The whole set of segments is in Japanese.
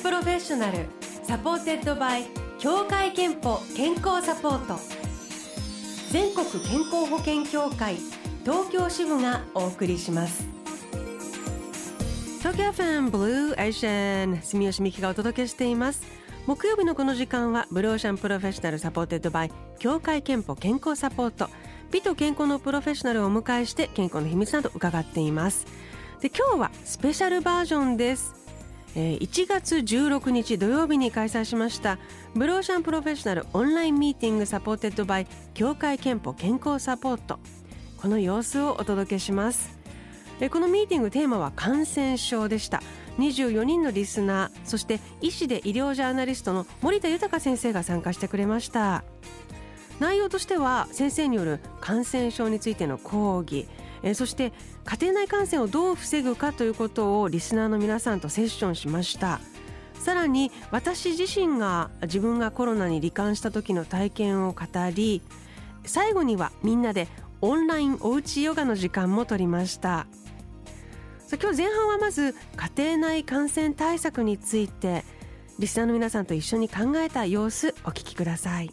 プロフェッショナルサポーテッドバイ協会憲法健康サポート、全国健康保険協会東京支部がお送りします。東京 FM ブルーエーシャン、住吉美希がお届けしています。木曜日のこの時間はブルーオーシャンプロフェッショナルサポーテッドバイ協会憲法健康サポート、美と健康のプロフェッショナルをお迎えして健康の秘密など伺っています。で、今日はスペシャルバージョンです。1月16日土曜日に開催しましたブルーオーシャンプロフェッショナルオンラインミーティングサポーテッドバイ協会憲法健康サポート、この様子をお届けします。このミーティングテーマは感染症でした。24人のリスナー、そして医師で医療ジャーナリストの森田豊先生が参加してくれました。内容としては先生による感染症についての講義、そして家庭内感染をどう防ぐかということをリスナーの皆さんとセッションしました。さらに私自身が自分がコロナに罹患した時の体験を語り、最後にはみんなでオンラインおうちヨガの時間も取りました。今日前半はまず家庭内感染対策についてリスナーの皆さんと一緒に考えた様子お聞きください。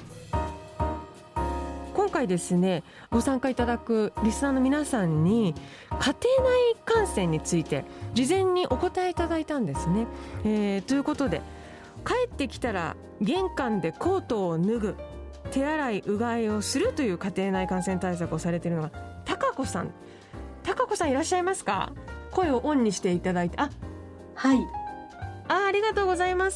今回ですね、ご参加いただくリスナーの皆さんに家庭内感染について事前にお答えいただいたんですね。ということで、帰ってきたら玄関でコートを脱ぐ、手洗いうがいをするという家庭内感染対策をされているのが高子さん。高子さんいらっしゃいますか？声をオンにしていただいて。 はい。 ありがとうございます。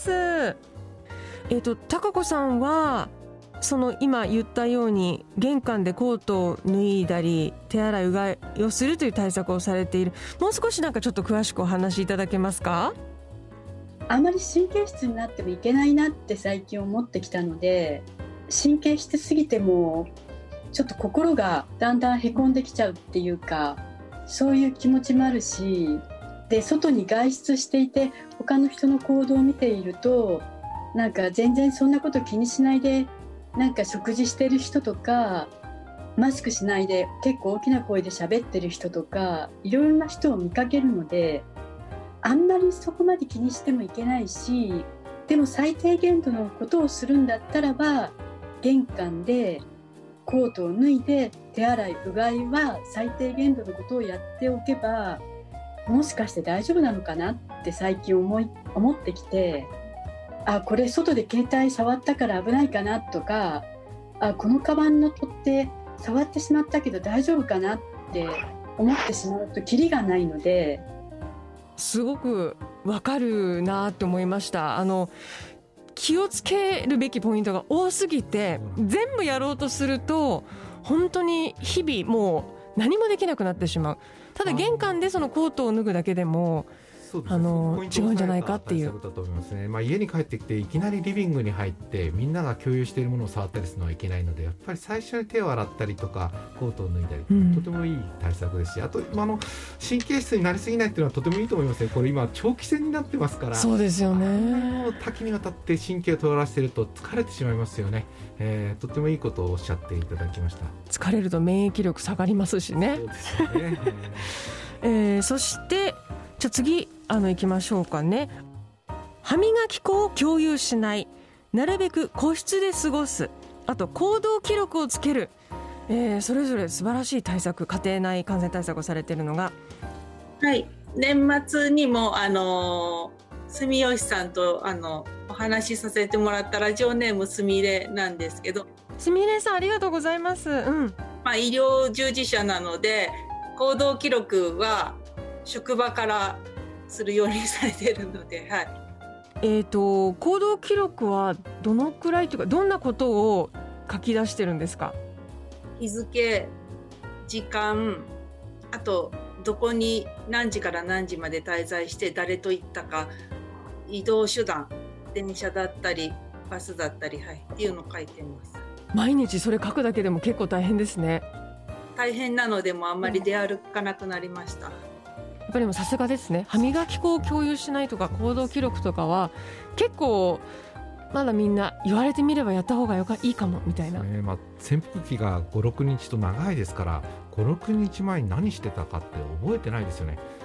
高子さんはその今言ったように玄関でコートを脱いだり手洗いうがいをするという対策をされている。もう少しちょっと詳しくお話しいただけますか？ あまり神経質になってもいけないなって最近思ってきたので、神経質すぎてもちょっと心がだんだんへこんできちゃうっていうか、そういう気持ちもあるし、で外に外出していて他の人の行動を見ていると、なんか全然そんなこと気にしないでなんか食事してる人とか、マスクしないで結構大きな声で喋ってる人とか、いろんな人を見かけるので、あんまりそこまで気にしてもいけないし、でも最低限度のことをするんだったらば、玄関でコートを脱いで手洗いうがいは最低限度のことをやっておけば、もしかして大丈夫なのかなって最近思ってきて、これ外で携帯触ったから危ないかなとか、このカバンの取っ手触ってしまったけど大丈夫かなって思ってしまうとキリがないので、 すごくわかるなって思いました。気をつけるべきポイントが多すぎて、全部やろうとすると本当に日々もう何もできなくなってしまう。ただ玄関でそのコートを脱ぐだけでも違うんじゃないかっていう。 だと思いますね。家に帰ってきていきなりリビングに入ってみんなが共有しているものを触ったりするのはいけないので、やっぱり最初に手を洗ったりとかコートを脱いだり、とてもいい対策ですし、あと神経質になりすぎないっていうのはとてもいいと思いますね。これ今長期戦になってますから。 そうですよね。 多岐にわたって神経を尖らせていると疲れてしまいますよね。とてもいいことをおっしゃっていただきました。 疲れると免疫力下がりますしね。 そうですよね。 そしてじゃあ次行きましょうかね。歯磨き粉を共有しない、なるべく個室で過ごす、あと行動記録をつける、それぞれ素晴らしい対策、家庭内感染対策をされているのが、 はい、年末にも住吉さんとお話しさせてもらったラジオネームすみれなんですけど、 すみれさんありがとうございます。 医療従事者なので行動記録は職場からするようにされているので、はい。 行動記録はどのくらいというか、どんなことを書き出してるんですか？ 日付、時間、あとどこに何時から何時まで滞在して誰と行ったか、移動手段、電車だったりバスだったり、っていうのを書いてます。 毎日それ書くだけでも結構大変ですね。 大変なのでもあんまり出歩かなくなりました。 やっぱりもさすがですね。歯磨き粉を共有しないとか行動記録とかは結構まだみんな言われてみればやった方がいいかもみたいな、 潜伏期が 5,6 日と長いですから、 5,6 日前に何してたかって覚えてないですよね。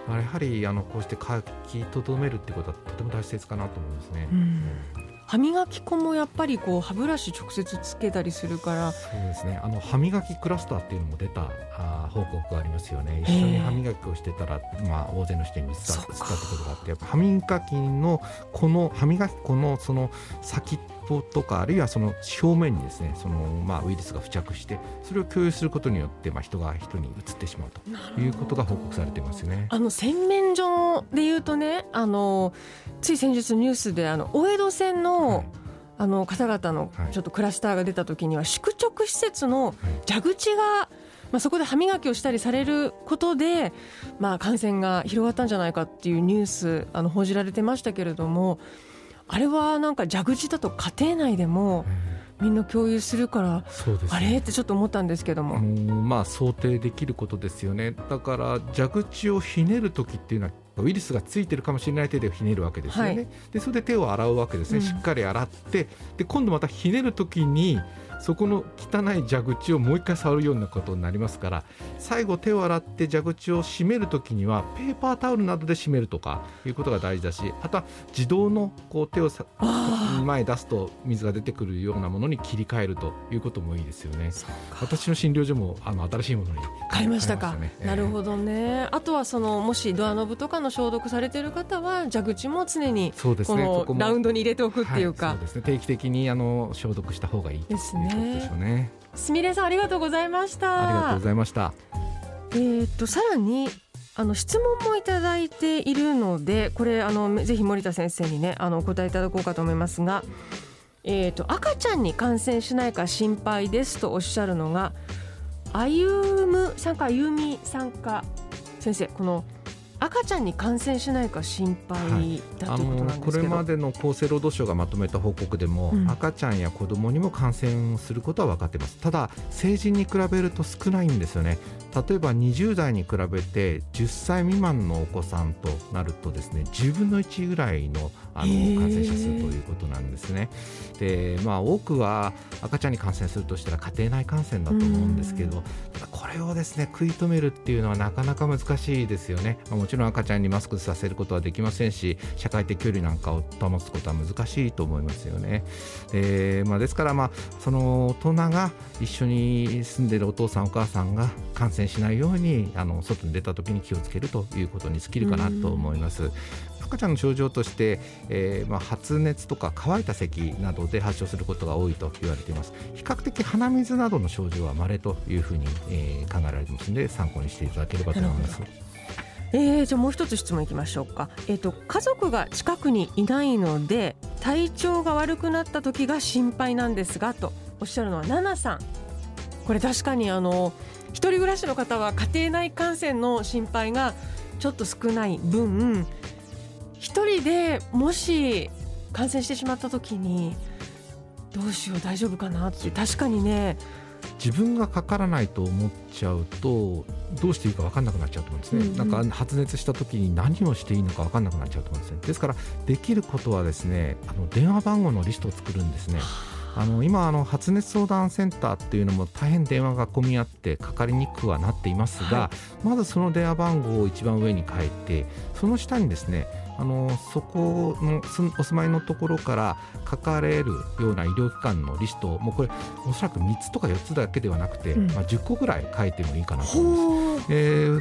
やはりこうして書き留めるっていうことはとても大切かなと思いますね。 歯磨き粉もやっぱり歯ブラシ直接つけたりするから。 そうですね、歯磨きクラスターっていうのも出た報告がありますよね。一緒に歯磨きをしてたら、大勢の人に見つかったことがあって、やっぱ歯磨きの歯磨き粉のその先っぽとか、あるいはその表面にですね、ウイルスが付着して、それを共有することによって、人が人に移ってしまうということが報告されていますよね。 洗面所でいうとね、つい先日ニュースで大江戸線の、方々のちょっとクラスターが出た時には、宿直施設の蛇口が、そこで歯磨きをしたりされることで、感染が広がったんじゃないかっていうニュース報じられてましたけれども、あれはなんか蛇口だと家庭内でもみんな共有するから、そうですね、あれってちょっと思ったんですけども、 想定できることですよね。だから蛇口をひねるときっていうのはウイルスがついてるかもしれない手でひねるわけですよね、でそれで手を洗うわけですね、しっかり洗って、で今度またひねるときにそこの汚い蛇口をもう一回触るようなことになりますから、最後手を洗って蛇口を閉めるときにはペーパータオルなどで閉めるとかいうことが大事だし、あとは自動の手を前へ出すと水が出てくるようなものに切り替えるということもいいですよね。私の診療所も新しいものに変えましたか。なるほどね。あとはもしドアノブとかの消毒されている方は蛇口も常にこのラウンドに入れておくっていうか、 そうですね、定期的に消毒した方がいいですね。 すみれさん、ありがとうございました。 ありがとうございました。 さらに質問もいただいているので、これぜひ森田先生にねお答えいただこうかと思いますが、赤ちゃんに感染しないか心配ですとおっしゃるのがあゆみさんか先生、この赤ちゃんに感染しないか心配だということなんですけど、 これまでの厚生労働省がまとめた報告でも、赤ちゃんや子どもにも感染することは分かっています。ただ成人に比べると少ないんですよね。例えば20代に比べて10歳未満のお子さんとなるとですね、10分の1ぐらいの感染者数ということなんですね。で、多くは赤ちゃんに感染するとしたら家庭内感染だと思うんですけど、これをですね食い止めるっていうのはなかなか難しいですよね。もちろん赤ちゃんにマスクさせることはできませんし、社会的距離なんかを保つことは難しいと思いますよね。ですからその大人が一緒に住んでいるお父さんお母さんが感染しないように外に出た時に気をつけるということに尽きるかなと思います。赤ちゃんの症状として、発熱とか乾いた咳などで発症することが多いと言われています。比較的鼻水などの症状は稀というふうに、考えられていますので、参考にしていただければと思います。 じゃあもう一つ質問いきましょうか。家族が近くにいないので体調が悪くなった時が心配なんですがとおっしゃるのはナナさん。これ確かに一人暮らしの方は家庭内感染の心配がちょっと少ない分、一人でもし感染してしまった時にどうしよう大丈夫かなって、確かにね、 自分がかからないと思っちゃうとどうしていいか分かんなくなっちゃうと思うんですね、なんか発熱した時に何をしていいのか分かんなくなっちゃうと思うんですね。ですからできることはですね、電話番号のリストを作るんですね。今発熱相談センターっていうのも大変電話が混み合ってかかりにくくはなっていますが、まずその電話番号を一番上に書いて、その下にですねそこのお住まいのところからかかれるような医療機関のリストを、もうこれおそらく3つとか4つだけではなくて、10個ぐらい書いてもいいかなと思います。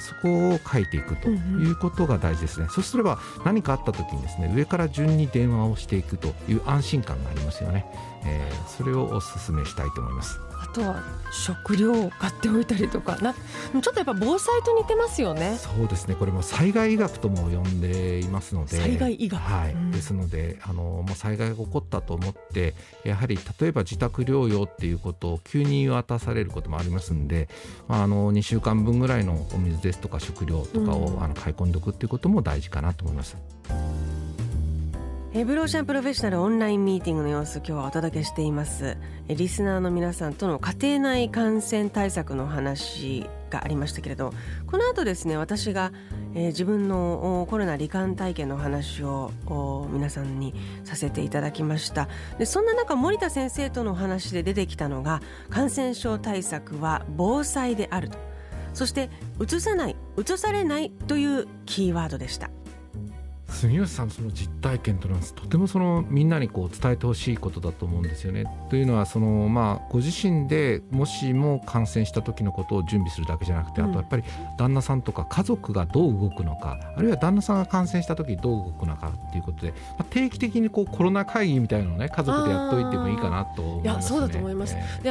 そこを書いていくということが大事ですね。そうすれば何かあった時にですね、上から順に電話をしていくという安心感がありますよね。それをお勧めしたいと思います。 あとは食料を買っておいたりとかちょっとやっぱ防災と似てますよね。 そうですね、これも災害医学とも呼んでいますので、 災害医学、 ですのでもう災害が起こったと思って、やはり例えば自宅療養っていうことを急に渡されることもありますので、2週間分ぐらいのお水ですとか食料とかを買い込んでおくっていうことも大事かなと思います。 ブローシャンプロフェッショナルオンラインミーティングの様子、今日はお届けしています。リスナーの皆さんとの家庭内感染対策の話がありましたけれど、この後ですね、私が、自分のコロナ罹患体験の話を皆さんにさせていただきました。でそんな中、森田先生とのお話で出てきたのが、感染症対策は防災であると、そしてうつさない移されないというキーワードでした。 住吉さん、その実体験というのはとてもみんなに伝えてほしいことだと思うんですよね。というのはご自身でもしも感染した時のことを準備するだけじゃなくて、あとやっぱり旦那さんとか家族がどう動くのか、あるいは旦那さんが感染した時どう動くのかっていうことで、定期的にコロナ会議みたいなのをね、家族でやっといてもいいかなと思いますね。 いや、そうだと思います。で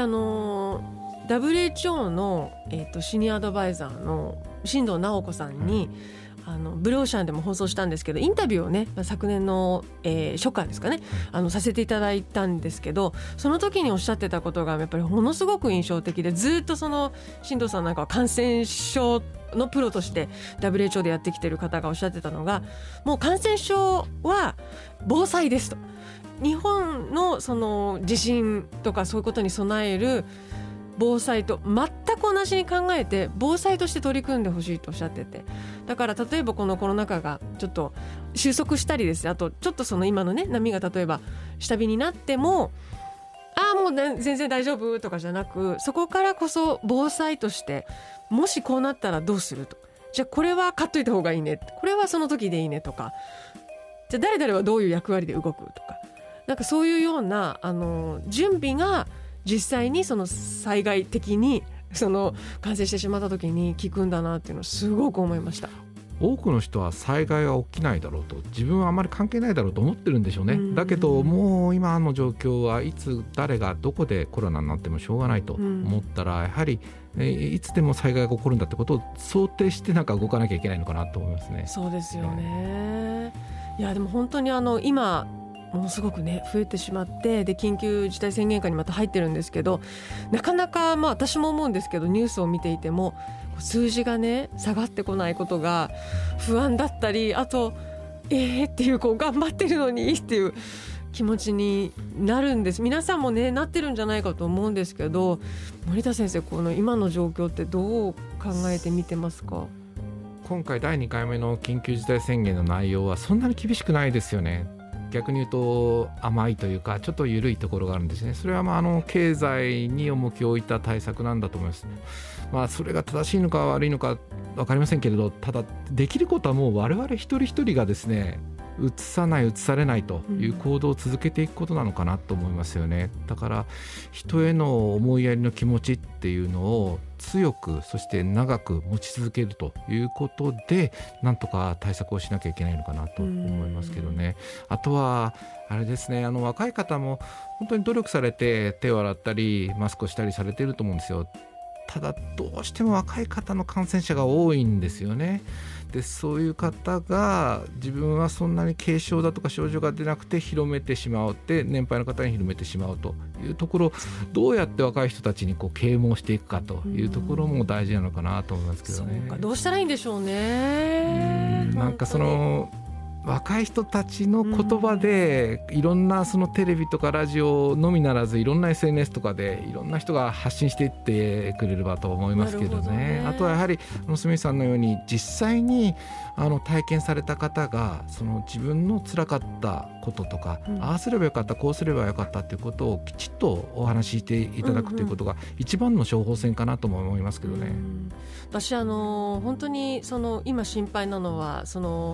WHO の、シニアアドバイザーの新藤直子さんに、ブルーオーシャンでも放送したんですけど、インタビューをね、昨年の、初夏ですかね、させていただいたんですけど、その時におっしゃってたことがやっぱりものすごく印象的で、ずっと新藤さんなんかは感染症のプロとして WHO でやってきてる方がおっしゃってたのが、もう感染症は防災ですと。日本の地震とかそういうことに備える防災と全く同じに考えて防災として取り組んでほしいとおっしゃってて、だから例えばこのコロナ禍がちょっと収束したりですね、あとちょっと今のね波が例えば下火になっても、もう全然大丈夫とかじゃなく、そこからこそ防災としてもしこうなったらどうすると、じゃあこれは買っといた方がいいね、これはその時でいいねとか、じゃあ誰々はどういう役割で動くとか、なんかそういうような準備が実際に災害的に感染してしまった時に効くんだなっていうのをすごく思いました。 多くの人は災害は起きないだろうと、自分はあまり関係ないだろうと思ってるんでしょうね。だけどもう今の状況はいつ誰がどこでコロナになってもしょうがないと思ったら、やはりいつでも災害が起こるんだってことを想定して動かなきゃいけないのかなと思いますね。 そうですよね。いやでも本当に今ものすごくね増えてしまって、で緊急事態宣言下にまた入ってるんですけど、なかなか私も思うんですけど、ニュースを見ていても数字がね下がってこないことが不安だったり、あとっていう頑張ってるのにっていう気持ちになるんです。皆さんもねなってるんじゃないかと思うんですけど、森田先生、この今の状況ってどう考えてみてますか？ 今回第2回目の緊急事態宣言の内容はそんなに厳しくないですよね。逆に言うと甘いというかちょっと緩いところがあるんですね。それは経済に重きを置いた対策なんだと思います。それが正しいのか悪いのか分かりませんけれど、ただできることはもう我々一人一人がですね、移さない移されないという行動を続けていくことなのかなと思いますよね。だから人への思いやりの気持ちっていうのを強く、そして長く持ち続けるということで、なんとか対策をしなきゃいけないのかなと思いますけどね。あとはあれですね、若い方も本当に努力されて手を洗ったりマスクをしたりされていると思うんですよ。ただどうしても若い方の感染者が多いんですよね。でそういう方が自分はそんなに軽症だとか症状が出なくて広めてしまうって年配の方に広めてしまうというところをどうやって若い人たちに啓蒙していくかというところも大事なのかなと思いますけどね。 そうか、どうしたらいいんでしょうね。 なんか若い人たちの言葉でいろんなテレビとかラジオのみならずいろんな SNS とかでいろんな人が発信していってくれればと思いますけどね。あとはやはり住さんのように実際に体験された方が自分の辛かったこととか、ああすればよかったこうすればよかったということをきちっとお話ししていただくということが一番の処方箋かなとも思いますけどね。 私本当に今心配なのは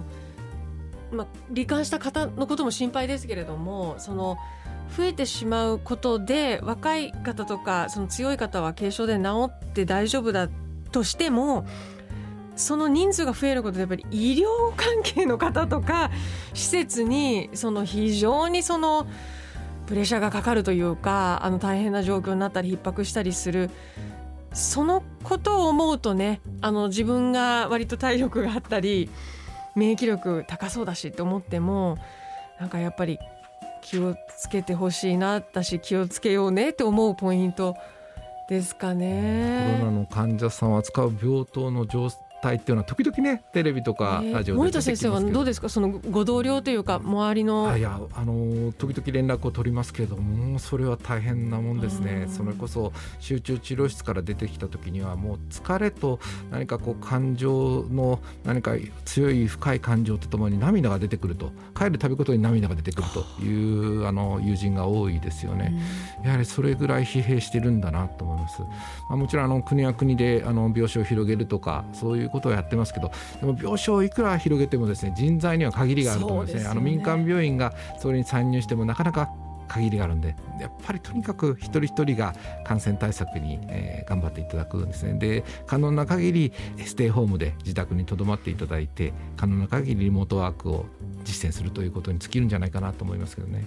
罹患した方のことも心配ですけれども、増えてしまうことで若い方とか強い方は軽症で治って大丈夫だとしても、その人数が増えることでやっぱり医療関係の方とか施設に非常にプレッシャーがかかるというか、大変な状況になったり逼迫したりする、そのことを思うとね、自分が割と体力があったり免疫力高そうだしって思っても、なんかやっぱり気をつけてほしいな、私気をつけようねって思うポイントですかね。 コロナの患者さんを扱う病棟の状態っていうのは時々ねテレビとかラジオで出てきますけど、 森田先生はどうですか、ご同僚というか周りの。 時々連絡を取りますけれども、それは大変なもんですね。それこそ集中治療室から出てきた時にはもう疲れと何か感情の何か強い深い感情とともに涙が出てくると、帰るたびごとに涙が出てくるという友人が多いですよね。やはりそれぐらい疲弊してるんだなと思います。もちろん国は国で病床を広げるとかそういうことをやってますけど、でも病床をいくら広げてもですね、人材には限りがあると思うんですね。民間病院がそれに参入してもなかなか限りがあるんで、やっぱりとにかく一人一人が感染対策に、頑張っていただくんですね。で、可能な限りステイホームで自宅に留まっていただいて、可能な限りリモートワークを実践するということに尽きるんじゃないかなと思いますけどね。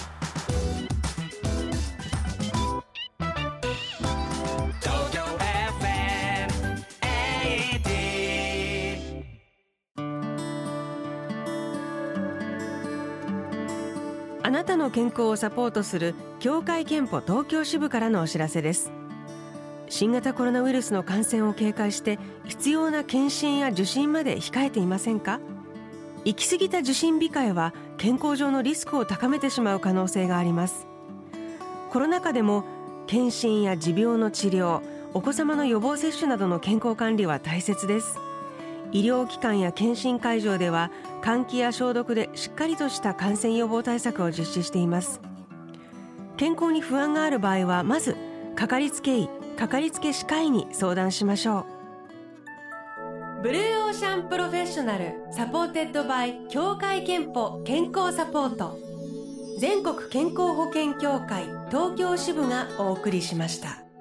あなたの健康をサポートする協会憲法東京支部からのお知らせです。新型コロナウイルスの感染を警戒して必要な検診や受診まで控えていませんか？行き過ぎた受診控えは健康上のリスクを高めてしまう可能性があります。コロナ禍でも検診や持病の治療、お子様の予防接種などの健康管理は大切です。医療機関や検診会場では換気や消毒でしっかりとした感染予防対策を実施しています。健康に不安がある場合はまずかかりつけ医、かかりつけ歯科医に相談しましょう。ブルーオーシャンプロフェッショナルサポーテッドバイ協会憲法健康サポート、全国健康保険協会東京支部がお送りしました。